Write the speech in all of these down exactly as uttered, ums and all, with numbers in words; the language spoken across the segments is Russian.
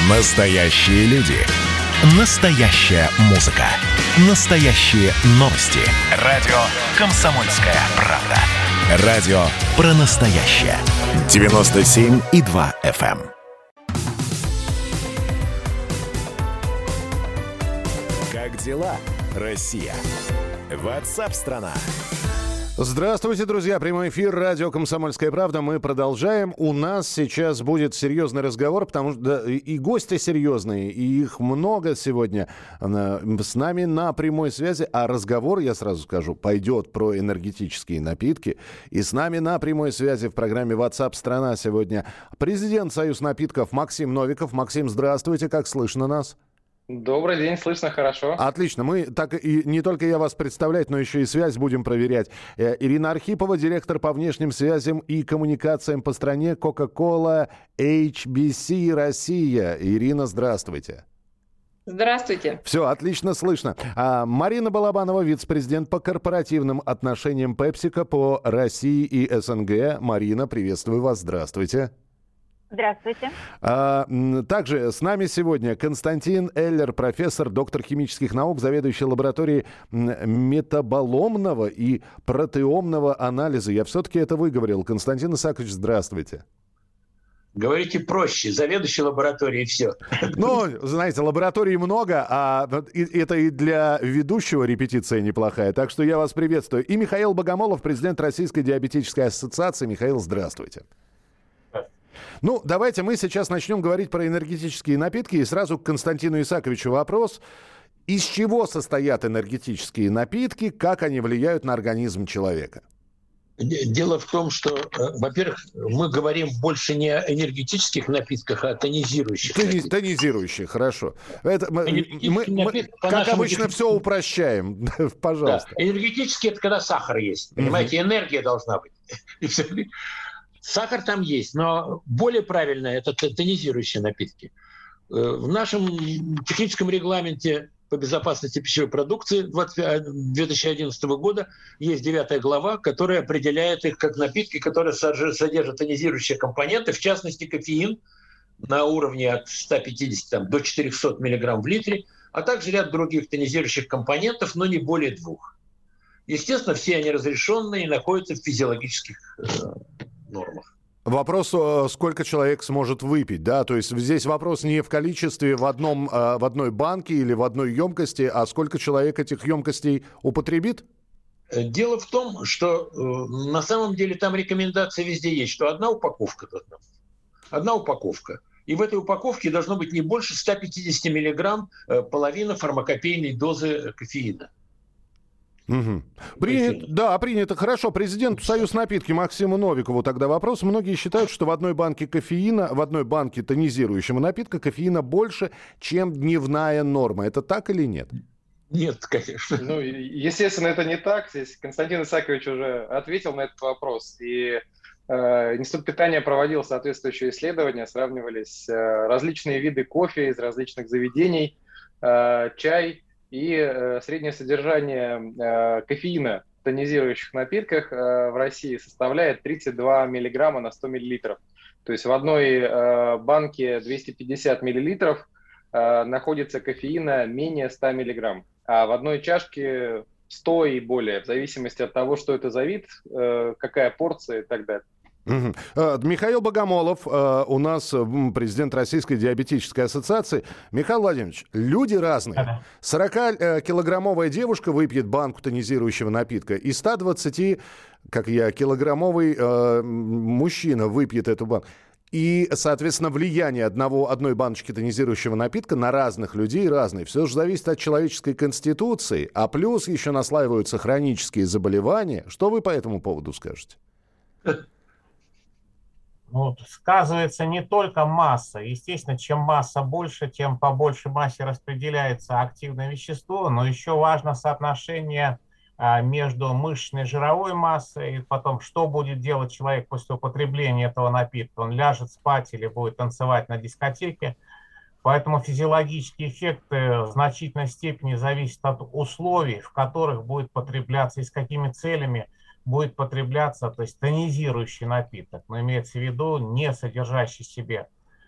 Настоящие люди. Настоящая музыка. Настоящие новости. Радио «Комсомольская правда». Радио про настоящее. девяносто семь и два эф эм. Как дела, Россия? Ватсап-страна! Здравствуйте, друзья. Прямой эфир радио «Комсомольская правда». Мы продолжаем. У нас сейчас будет серьезный разговор, потому что и гости серьезные, и их много сегодня с нами на прямой связи. А разговор, я сразу скажу, пойдет про энергетические напитки. И с нами на прямой связи в программе WhatsApp страна сегодня президент Союз напитков Максим Новиков. Максим, здравствуйте. Как слышно нас? Добрый день, слышно хорошо. Отлично. Мы так и не только я вас представлять, но еще и связь будем проверять. Ирина Архипова, директор по внешним связям и коммуникациям по стране Coca-Cola эйч би си Россия. Ирина, здравствуйте. Здравствуйте. Все, отлично слышно. А, Марина Балабанова, вице-президент по корпоративным отношениям PepsiCo по России и СНГ. Марина, приветствую вас. Здравствуйте. Здравствуйте. А, также с нами сегодня Константин Эллер, профессор, доктор химических наук, заведующий лабораторией метаболомного и протеомного анализа. Я все-таки это выговорил. Константин Исаакович, здравствуйте. Говорите проще. Заведующий лабораторией, все. Ну, знаете, лабораторий много, а это и для ведущего репетиция неплохая. Так что я вас приветствую. И Михаил Богомолов, президент Российской диабетической ассоциации. Михаил, здравствуйте. Ну, давайте мы сейчас начнем говорить про энергетические напитки. И сразу к Константину Исааковичу вопрос. Из чего состоят энергетические напитки? Как они влияют на организм человека? Дело в том, что, во-первых, мы говорим больше не о энергетических напитках, а о тонизирующих. Тони, напитках. Тонизирующие, хорошо. Это, мы, мы, мы, как обычно, все упрощаем. Пожалуйста. Да. Энергетические – это когда сахар есть. Понимаете, угу. Энергия должна быть. Сахар там есть, но более правильно это тонизирующие напитки. В нашем техническом регламенте по безопасности пищевой продукции две тысячи одиннадцатого года есть девятая глава, которая определяет их как напитки, которые содержат тонизирующие компоненты, в частности кофеин на уровне от ста пятидесяти там, до четырехсот миллиграмм в литре, а также ряд других тонизирующих компонентов, но не более двух. Естественно, все они разрешенные и находятся в физиологических э, нормах. Вопрос, сколько человек сможет выпить, да? То есть здесь вопрос не в количестве в, одном, в одной банке или в одной емкости, а сколько человек этих емкостей употребит? Дело в том, что на самом деле там рекомендация везде есть, что одна упаковка должна быть. Одна упаковка. И в этой упаковке должно быть не больше ста пятидесяти миллиграмм, половина фармакопейной дозы кофеина. Угу. Принято, да, принято. Хорошо. Президенту Союз напитки Максиму Новикову тогда вопрос. Многие считают, что в одной банке кофеина, в одной банке тонизирующего напитка кофеина больше, чем дневная норма. Это так или нет? Нет, конечно. Ну, естественно, это не так. Здесь Константин Исаакович уже ответил на этот вопрос. И э, Институт питания проводил соответствующие исследования, сравнивались э, различные виды кофе из различных заведений, э, чай, и э, среднее содержание э, кофеина в тонизирующих напитках э, в России составляет тридцать два миллиграмма на сто миллилитров. То есть в одной э, банке двести пятьдесят миллилитров э, находится кофеина менее ста миллиграмм, а в одной чашке сто и более, в зависимости от того, что это за вид, э, какая порция и так далее. Угу. Михаил Богомолов, у нас президент Российской диабетической ассоциации. Михаил Владимирович, люди разные. сорокакилограммовая девушка выпьет банку тонизирующего напитка, и сто двадцать, как я, килограммовый э, мужчина выпьет эту банку. И, соответственно, влияние одного, одной баночки тонизирующего напитка на разных людей разное. Все же зависит от человеческой конституции, а плюс еще наслаиваются хронические заболевания. Что вы по этому поводу скажете? Ну, сказывается не только масса. Естественно, чем масса больше, тем по большей массе распределяется активное вещество, но еще важно соотношение а, между мышечной жировой массой и потом, что будет делать человек после употребления этого напитка. Он ляжет спать или будет танцевать на дискотеке. Поэтому физиологические эффекты в значительной степени зависят от условий, в которых будет потребляться и с какими целями будет потребляться, то есть тонизирующий напиток, но имеется в виду не содержащий в себе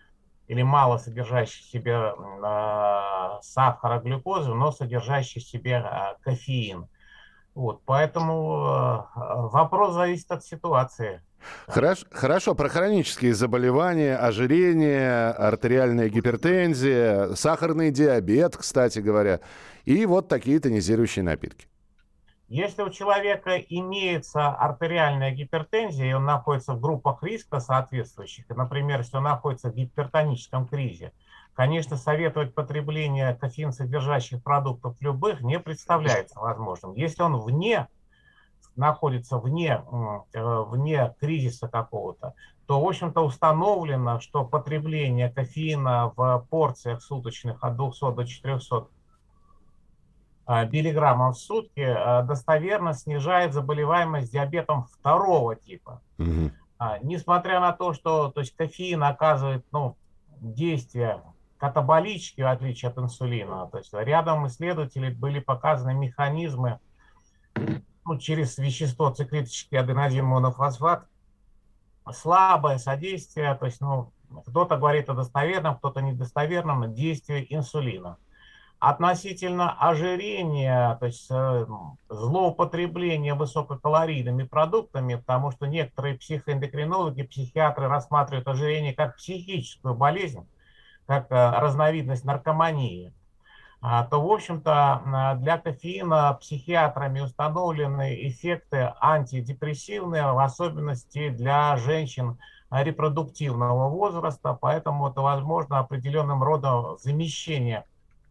или мало содержащий в себе э, сахара, глюкозу, но содержащий в себе э, кофеин. Вот, поэтому э, вопрос зависит от ситуации. Хорошо, хорошо, про хронические заболевания, ожирение, артериальная гипертензия, сахарный диабет, кстати говоря, и вот такие тонизирующие напитки. Если у человека имеется артериальная гипертензия, и он находится в группах риска соответствующих, например, если он находится в гипертоническом кризе, конечно, советовать потребление кофеин содержащих продуктов любых не представляется возможным. Если он вне, находится вне, вне кризиса какого-то, то, в общем-то, установлено, что потребление кофеина в порциях суточных от двухсот до четырехсот миллиграммов в сутки достоверно снижает заболеваемость диабетом второго типа. Mm-hmm. А, несмотря на то, что то есть, кофеин оказывает ну, действие катаболически, в отличие от инсулина, то есть рядом исследователей были показаны механизмы ну, через вещество циклический аденозин монофосфат, слабое содействие, то есть ну, кто-то говорит о достоверном, кто-то недостоверном действии инсулина. Относительно ожирения, то есть э, злоупотребления высококалорийными продуктами, потому что некоторые психоэндокринологи, психиатры рассматривают ожирение как психическую болезнь, как э, разновидность наркомании, а, то, в общем-то, для кофеина психиатрами установлены эффекты антидепрессивные, в особенности для женщин репродуктивного возраста, поэтому это возможно определенным родом замещение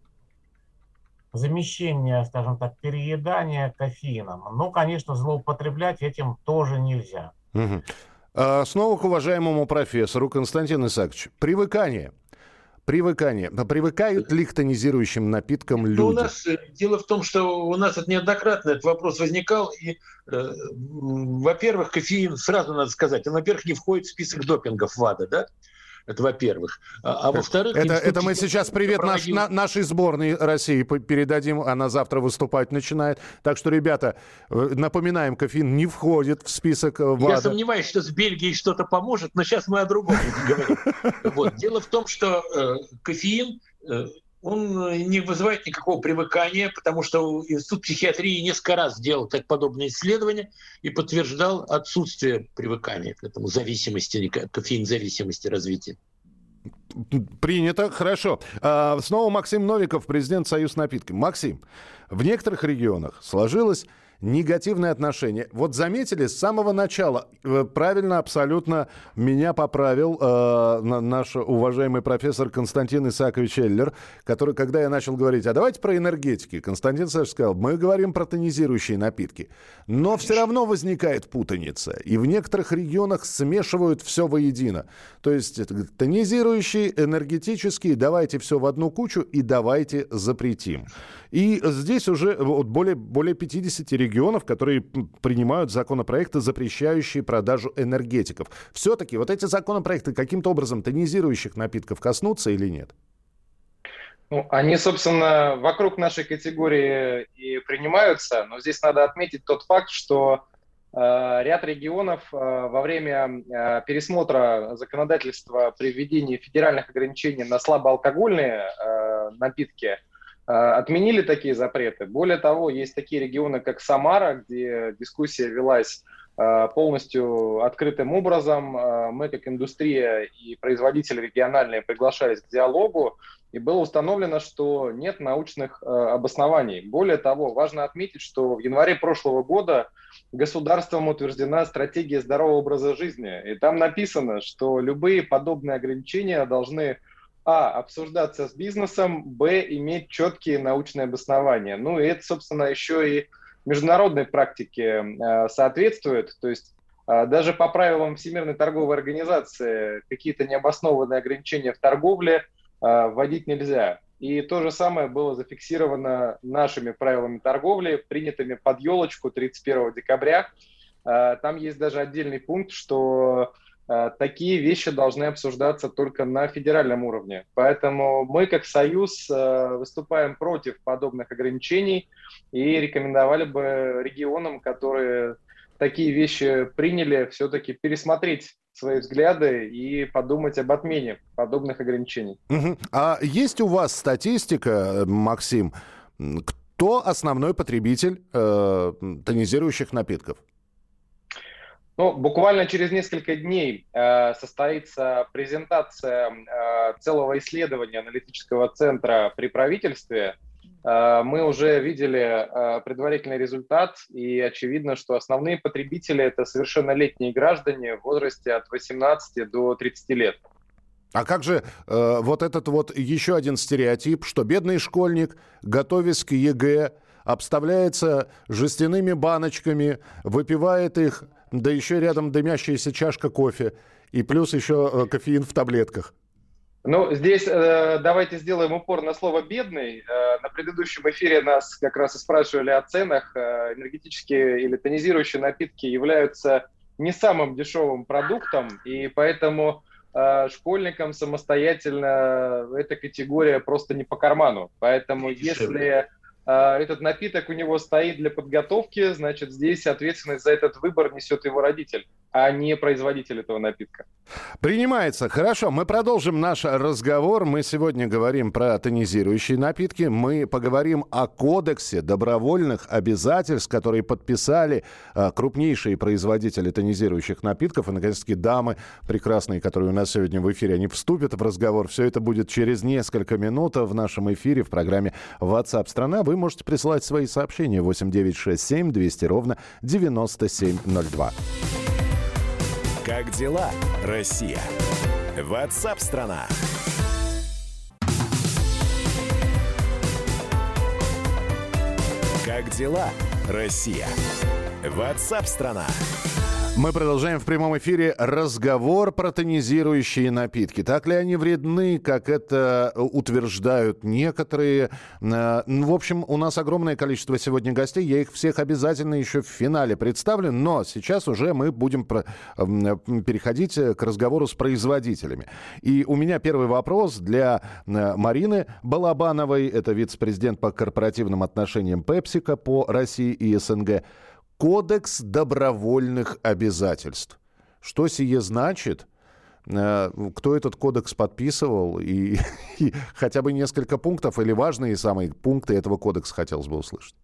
замещение, скажем так, переедания кофеином. Ну, конечно, злоупотреблять этим тоже нельзя. Угу. А, снова к уважаемому профессору Константину Исааковичу. Привыкание. Привыкание. Привыкают ли к тонизирующим напиткам люди? Ну, у нас, дело в том, что у нас это неоднократно этот вопрос возникал. И, э, во-первых, кофеин, сразу надо сказать, он, во-первых, не входит в список допингов ВАДА, да? Это во-первых. А, а во-вторых... Это, это мы сейчас привет наш, на, нашей сборной России передадим. Она завтра выступать начинает. Так что, ребята, напоминаем, кофеин не входит в список ВАДА. Я сомневаюсь, что с Бельгией что-то поможет, но сейчас мы о другом говорим. Вот. Дело в том, что э, кофеин... Э, он не вызывает никакого привыкания, потому что Институт психиатрии несколько раз делал так подобные исследования и подтверждал отсутствие привыкания к этому зависимости, кофеин-зависимости развития. Принято, хорошо. А, снова Максим Новиков, президент Союза напитков. Максим, в некоторых регионах сложилось негативное отношение. Вот заметили с самого начала, правильно абсолютно меня поправил э, наш уважаемый профессор Константин Исаакович Эллер, который, когда я начал говорить, а давайте про энергетики, Константин Исаакович сказал, мы говорим про тонизирующие напитки. Но все равно возникает путаница. И в некоторых регионах смешивают все воедино. То есть тонизирующие, энергетические, давайте все в одну кучу и давайте запретим. И здесь уже вот более, более пятидесяти регионов, которые принимают законопроекты, запрещающие продажу энергетиков. Все-таки вот эти законопроекты каким-то образом тонизирующих напитков коснутся или нет? Ну, они, собственно, вокруг нашей категории и принимаются, но здесь надо отметить тот факт, что э, ряд регионов э, во время э, пересмотра законодательства при введении федеральных ограничений на слабоалкогольные э, напитки отменили такие запреты. Более того, есть такие регионы, как Самара, где дискуссия велась полностью открытым образом. Мы, как индустрия и производители региональные, приглашались к диалогу, и было установлено, что нет научных обоснований. Более того, важно отметить, что в январе прошлого года государством утверждена стратегия здорового образа жизни, и там написано, что любые подобные ограничения должны а. обсуждаться с бизнесом, б. иметь четкие научные обоснования. Ну и это, собственно, еще и международной практике э, соответствует. То есть э, даже по правилам Всемирной торговой организации какие-то необоснованные ограничения в торговле э, вводить нельзя. И то же самое было зафиксировано нашими правилами торговли, принятыми под елочку тридцать первого декабря. Э, там есть даже отдельный пункт, что такие вещи должны обсуждаться только на федеральном уровне. Поэтому мы, как Союз, выступаем против подобных ограничений и рекомендовали бы регионам, которые такие вещи приняли, все-таки пересмотреть свои взгляды и подумать об отмене подобных ограничений. Угу. А есть у вас статистика, Максим, кто основной потребитель э, тонизирующих напитков? Ну, буквально через несколько дней э, состоится презентация э, целого исследования аналитического центра при правительстве. Э, мы уже видели э, предварительный результат, и очевидно, что основные потребители – это совершеннолетние граждане в возрасте от восемнадцати до тридцати лет. А как же э, вот этот вот еще один стереотип, что бедный школьник, готовясь к ЕГЭ, обставляется жестяными баночками, выпивает их, да еще рядом дымящаяся чашка кофе, и плюс еще э, кофеин в таблетках? Ну, здесь э, давайте сделаем упор на слово «бедный». Э, на предыдущем эфире нас как раз и спрашивали о ценах. Э, энергетические или тонизирующие напитки являются не самым дешевым продуктом, и поэтому э, школьникам самостоятельно эта категория просто не по карману. Поэтому если этот напиток у него стоит для подготовки, значит, здесь ответственность за этот выбор несет его родитель, а не производитель этого напитка. Принимается. Хорошо, мы продолжим наш разговор. Мы сегодня говорим про тонизирующие напитки. Мы поговорим о кодексе добровольных обязательств, которые подписали а, крупнейшие производители тонизирующих напитков. И, наконец-таки, дамы прекрасные, которые у нас сегодня в эфире, они вступят в разговор. Все это будет через несколько минут в нашем эфире в программе WhatsApp страна. Вы можете присылать свои сообщения восемь девятьсот шестьдесят семь двести ровно девяносто семь ноль два. Как дела, Россия? WhatsApp страна. Как дела, Россия? WhatsApp страна. Мы продолжаем в прямом эфире разговор про тонизирующие напитки. Так ли они вредны, как это утверждают некоторые? В общем, у нас огромное количество сегодня гостей. Я их всех обязательно еще в финале представлю. Но сейчас уже мы будем про... переходить к разговору с производителями. И у меня первый вопрос для Марины Балабановой. Это вице-президент по корпоративным отношениям PepsiCo по России и СНГ. Кодекс добровольных обязательств. Что сие значит? Кто этот кодекс подписывал? И, и хотя бы несколько пунктов или важные самые пункты этого кодекса хотелось бы услышать.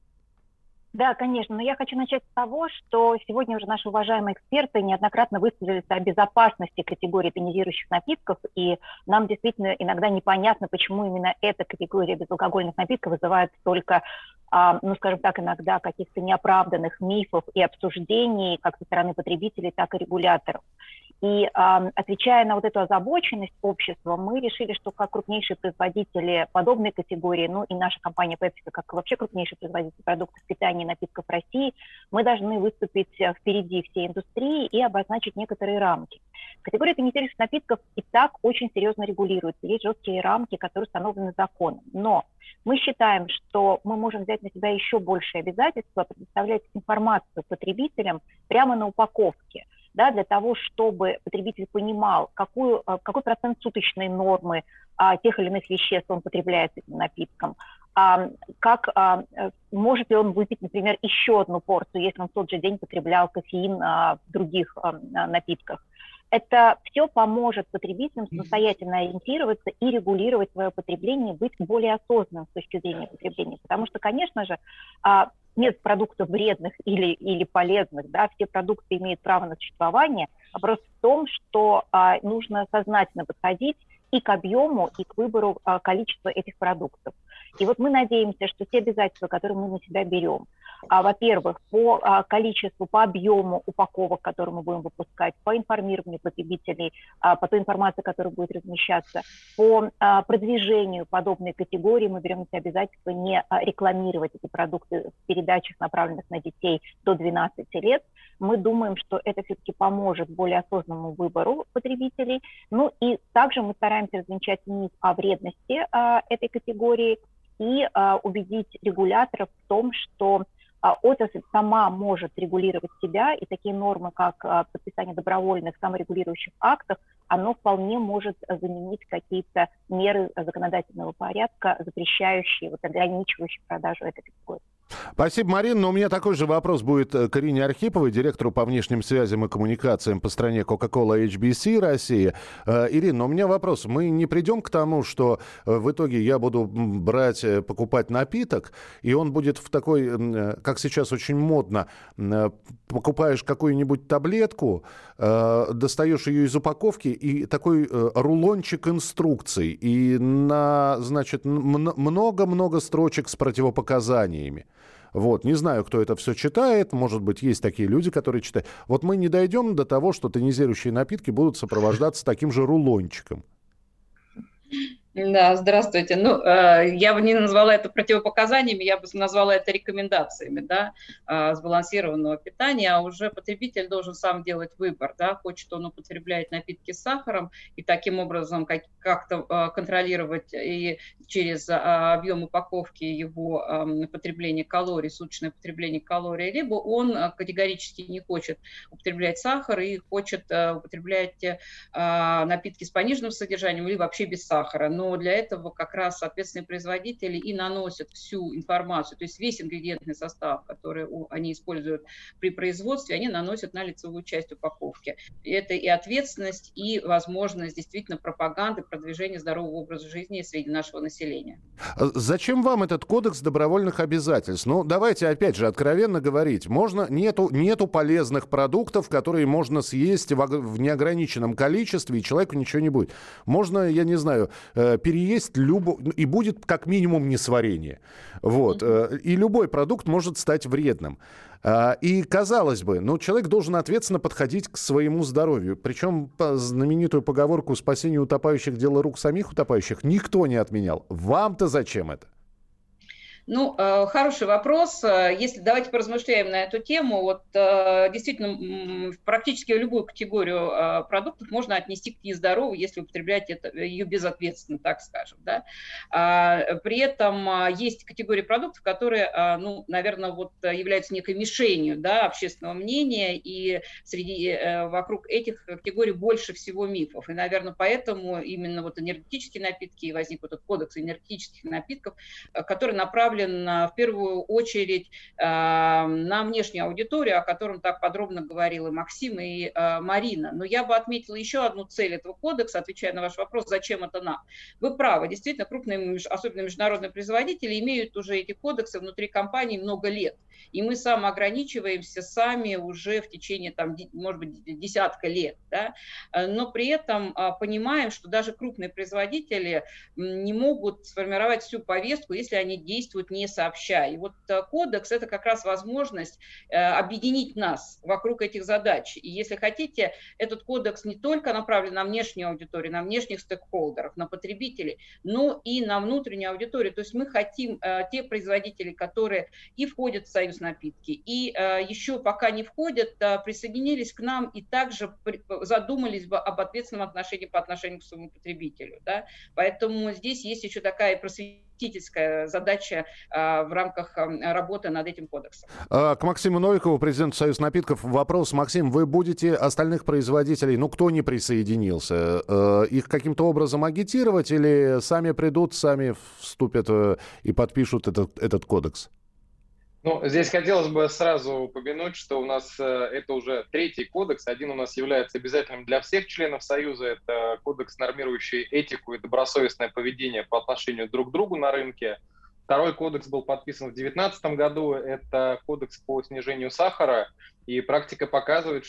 Да, конечно. Но я хочу начать с того, что сегодня уже наши уважаемые эксперты неоднократно высказались о безопасности категории тонизирующих напитков, и нам действительно иногда непонятно, почему именно эта категория безалкогольных напитков вызывает столько, а, ну, скажем так, иногда каких-то неоправданных мифов и обсуждений как со стороны потребителей, так и регуляторов. И а, отвечая на вот эту озабоченность общества, мы решили, что как крупнейшие производители подобной категории, ну и наша компания PepsiCo, как вообще крупнейший производитель продуктов питания и напитков России, мы должны выступить впереди всей индустрии и обозначить некоторые рамки. Категория тонизирующих напитков и так очень серьезно регулируется. Есть жесткие рамки, которые установлены законом. Но мы считаем, что мы можем взять на себя еще большие обязательства, предоставлять информацию потребителям прямо на упаковке. Да, для того, чтобы потребитель понимал, какую, какой процент суточной нормы а, тех или иных веществ он потребляет этим напитком, а, как а, может ли он выпить, например, еще одну порцию, если он в тот же день потреблял кофеин а, в других а, напитках. Это все поможет потребителям самостоятельно ориентироваться и регулировать свое потребление, быть более осознанным с точки зрения потребления. Потому что, конечно же, а, нет продуктов вредных или, или полезных, да, все продукты имеют право на существование. Вопрос в том, что а, нужно сознательно подходить и к объему, и к выбору а, количества этих продуктов. И вот мы надеемся, что те обязательства, которые мы на себя берем, а, во-первых, по а, количеству, по объему упаковок, которые мы будем выпускать, по информированию потребителей, а, по той информации, которая будет размещаться, по а, продвижению подобной категории мы берем на себя обязательства не а, рекламировать эти продукты в передачах, направленных на детей до двенадцати лет. Мы думаем, что это все-таки поможет более осознанному выбору потребителей. Ну и также мы стараемся развенчать миф о вредности а, этой категории и а, убедить регуляторов в том, что а, отрасль сама может регулировать себя, и такие нормы, как а, подписание добровольных саморегулирующих актов, оно вполне может заменить какие-то меры законодательного порядка, запрещающие, вот, ограничивающие продажу этой категории. Спасибо, Марина. Но у меня такой же вопрос будет к Ирине Архиповой, директору по внешним связям и коммуникациям по стране Coca-Cola эйч би си Россия. Ирина, у меня вопрос. Мы не придем к тому, что в итоге я буду брать, покупать напиток, и он будет в такой, как сейчас очень модно, покупаешь какую-нибудь таблетку, достаешь ее из упаковки, и такой рулончик инструкций, и на, значит, много-много строчек с противопоказаниями. Вот, не знаю, кто это все читает, может быть, есть такие люди, которые читают. Вот мы не дойдем до того, что тонизирующие напитки будут сопровождаться таким же рулончиком. Да, здравствуйте. Ну, э, я бы не назвала это противопоказаниями, я бы назвала это рекомендациями, да, э, сбалансированного питания, а уже потребитель должен сам делать выбор, да, хочет он употреблять напитки с сахаром и таким образом как- как-то э, контролировать и через э, объем упаковки его э, потребление калорий, суточное потребление калорий, либо он э, категорически не хочет употреблять сахар и хочет э, употреблять э, напитки с пониженным содержанием или вообще без сахара. Но для этого как раз соответственные производители и наносят всю информацию, то есть весь ингредиентный состав, который они используют при производстве, они наносят на лицевую часть упаковки. Это и ответственность, и возможность действительно пропаганды, продвижения здорового образа жизни среди нашего населения. Зачем вам этот кодекс добровольных обязательств? Ну, давайте опять же откровенно говорить. Можно, нету, нету полезных продуктов, которые можно съесть в, в неограниченном количестве, и человеку ничего не будет. Можно, я не знаю, переесть любо... и будет как минимум несварение. Вот. Mm-hmm. И любой продукт может стать вредным. И, казалось бы, ну, человек должен ответственно подходить к своему здоровью. Причем по знаменитую поговорку «спасение утопающих – дело рук самих утопающих» никто не отменял. Вам-то зачем это? Ну, хороший вопрос. Если давайте поразмышляем на эту тему, вот действительно практически любую категорию продуктов можно отнести к нездоровой, если употреблять это, ее безответственно, так скажем. Да? При этом есть категории продуктов, которые, ну, наверное, вот являются некой мишенью, да, общественного мнения, и среди, вокруг этих категорий больше всего мифов. И, наверное, поэтому именно вот энергетические напитки, возник вот этот кодекс энергетических напитков, который направлен в первую очередь э, на внешнюю аудиторию, о котором так подробно говорил и Максим, и э, Марина. Но я бы отметила еще одну цель этого кодекса, отвечая на ваш вопрос, зачем это нам. Вы правы, действительно, крупные, особенно международные производители, имеют уже эти кодексы внутри компаний много лет. И мы самоограничиваемся сами уже в течение, там, может быть, десятка лет. Да? Но при этом э, понимаем, что даже крупные производители не могут сформировать всю повестку, если они действуют не сообща. И вот кодекс – это как раз возможность э, объединить нас вокруг этих задач. И если хотите, этот кодекс не только направлен на внешнюю аудиторию, на внешних стейкхолдеров, на потребителей, но и на внутреннюю аудиторию. То есть мы хотим э, те производители, которые и входят в союз напитки, и э, еще пока не входят, э, присоединились к нам и также при, задумались бы об ответственном отношении по отношению к своему потребителю. Да? Поэтому здесь есть еще такая просветительская задача в рамках работы над этим кодексом. К Максиму Новикову, президенту Союза напитков, вопрос. Максим, вы будете остальных производителей, ну, кто не присоединился, их каким-то образом агитировать или сами придут, сами вступят и подпишут этот, этот кодекс? Ну, здесь хотелось бы сразу упомянуть, что у нас э, это уже третий кодекс. Один у нас является обязательным для всех членов Союза. Это кодекс, нормирующий этику и добросовестное поведение по отношению друг к другу на рынке. Второй кодекс был подписан в две тысячи девятнадцатом году. Это кодекс по снижению сахара. И практика показывает,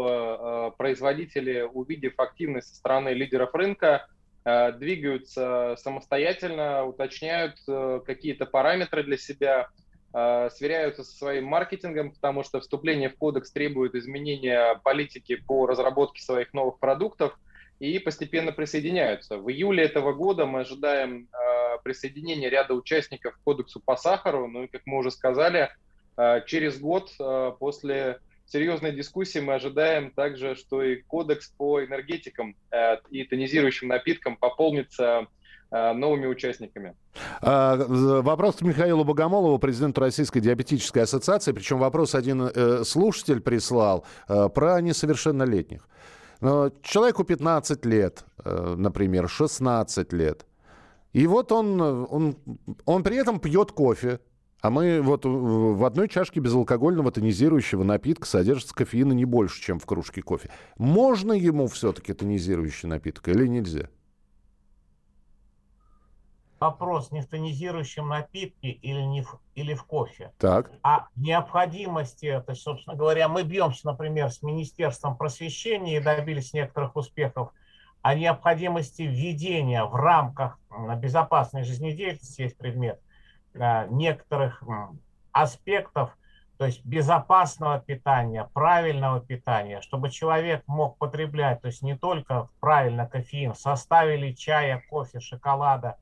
что э, производители, увидев активность со стороны лидеров рынка, э, двигаются самостоятельно, уточняют э, какие-то параметры для себя, сверяются со своим маркетингом, потому что вступление в кодекс требует изменения политики по разработке своих новых продуктов и постепенно присоединяются. В июле этого года мы ожидаем присоединения ряда участников к кодексу по сахару. Ну и, как мы уже сказали, через год после серьезной дискуссии мы ожидаем также, что и кодекс по энергетикам и тонизирующим напиткам пополнится новыми участниками. Вопрос к Михаилу Богомолову, президенту Российской диабетической ассоциации. Причем вопрос один э, слушатель прислал э, про несовершеннолетних. Э, человеку пятнадцать лет, э, например, шестнадцать лет. И вот он, он, он при этом пьет кофе. А мы вот в одной чашке безалкогольного тонизирующего напитка содержится кофеина не больше, чем в кружке кофе. Можно ему все-таки тонизирующий напиток или нельзя? Вопрос не в тонизирующем напитке или, не в, или в кофе, Так. а необходимости, то есть, собственно говоря, мы бьемся, например, с Министерством просвещения и добились некоторых успехов, о необходимости введения в рамках безопасной жизнедеятельности, есть предмет, некоторых аспектов, то есть безопасного питания, правильного питания, чтобы человек мог потреблять, то есть не только правильно кофеин в составе ли чая, кофе, шоколада,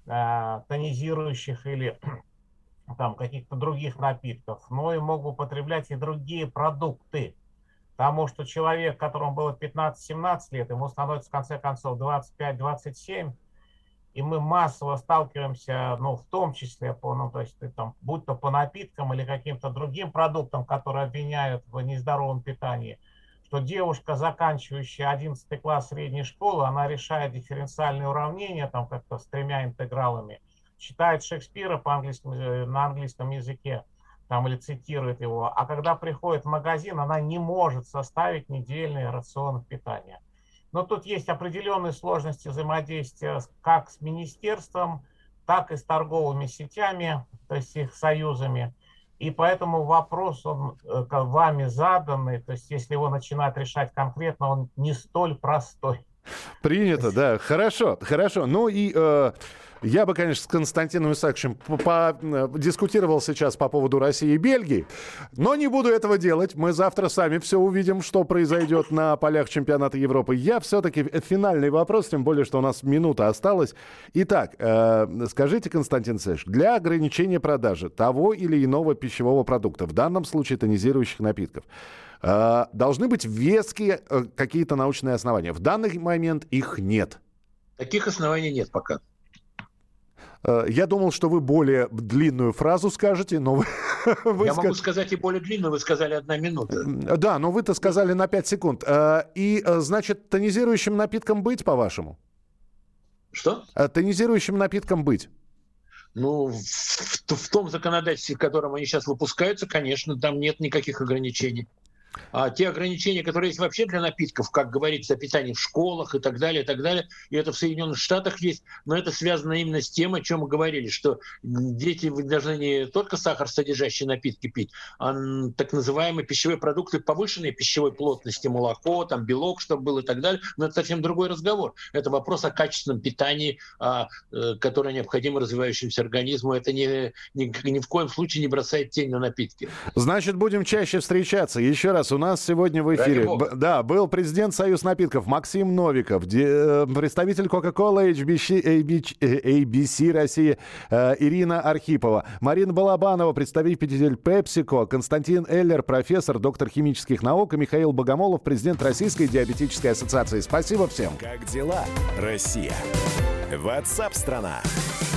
тонизирующих или там каких-то других напитков, но и мог употреблять и другие продукты. Потому что человек, которому было пятнадцать-семнадцать лет, ему становится в конце концов двадцать пять - двадцать семь, и мы массово сталкиваемся, ну, в том числе, по, ну, то есть, там, будь то по напиткам или каким-то другим продуктам, которые обвиняют в нездоровом питании, что девушка, заканчивающая одиннадцатый класс средней школы, она решает дифференциальные уравнения там как-то с тремя интегралами, читает Шекспира по-английски, на английском языке, там, или цитирует его, а когда приходит в магазин, она не может составить недельный рацион питания. Но тут есть определенные сложности взаимодействия как с министерством, так и с торговыми сетями, то есть их союзами. И поэтому вопрос, он вами заданный, то есть если его начинать решать конкретно, он не столь простой. Принято, да. Хорошо, хорошо. Ну и э, я бы, конечно, с Константином Исааковичем дискутировал сейчас по поводу России и Бельгии, но не буду этого делать. Мы завтра сами все увидим, что произойдет на полях чемпионата Европы. Я все-таки финальный вопрос, тем более, что у нас минута осталась. Итак, э, скажите, Константин Исаакович, для ограничения продажи того или иного пищевого продукта, в данном случае тонизирующих напитков, должны быть веские какие-то научные основания. В данный момент их нет. Таких оснований нет пока. Я думал, что вы более длинную фразу скажете, но вы... вы Я сказ... могу сказать и более длинную, вы сказали одна минута. Да, но вы-то сказали на пять секунд. И, значит, тонизирующим напитком быть, по-вашему? Что? Тонизирующим напитком быть. Ну, в, в, в том законодательстве, в котором они сейчас выпускаются, конечно, там нет никаких ограничений. А те ограничения, которые есть вообще для напитков, как говорится, о питании в школах и так далее, и так далее, и это в Соединенных Штатах есть, но это связано именно с тем, о чем мы говорили, что дети должны не только сахарсодержащие напитки пить, а так называемые пищевые продукты повышенной пищевой плотности, молоко, там белок, чтобы был и так далее, но это совсем другой разговор. Это вопрос о качественном питании, а, которое необходимо развивающемуся организму. Это не, ни, ни в коем случае не бросает тень на напитки. Значит, будем чаще встречаться. Еще раз, у нас сегодня в эфире б, да, был президент Союз напитков Максим Новиков, де, представитель Coca-Cola, эйч би си, эй би си России э, Ирина Архипова, Марина Балабанова, представитель PepsiCo, Константин Эллер, профессор, доктор химических наук, и Михаил Богомолов, президент Российской диабетической ассоциации. Спасибо всем. Как дела, Россия? WhatsApp-страна.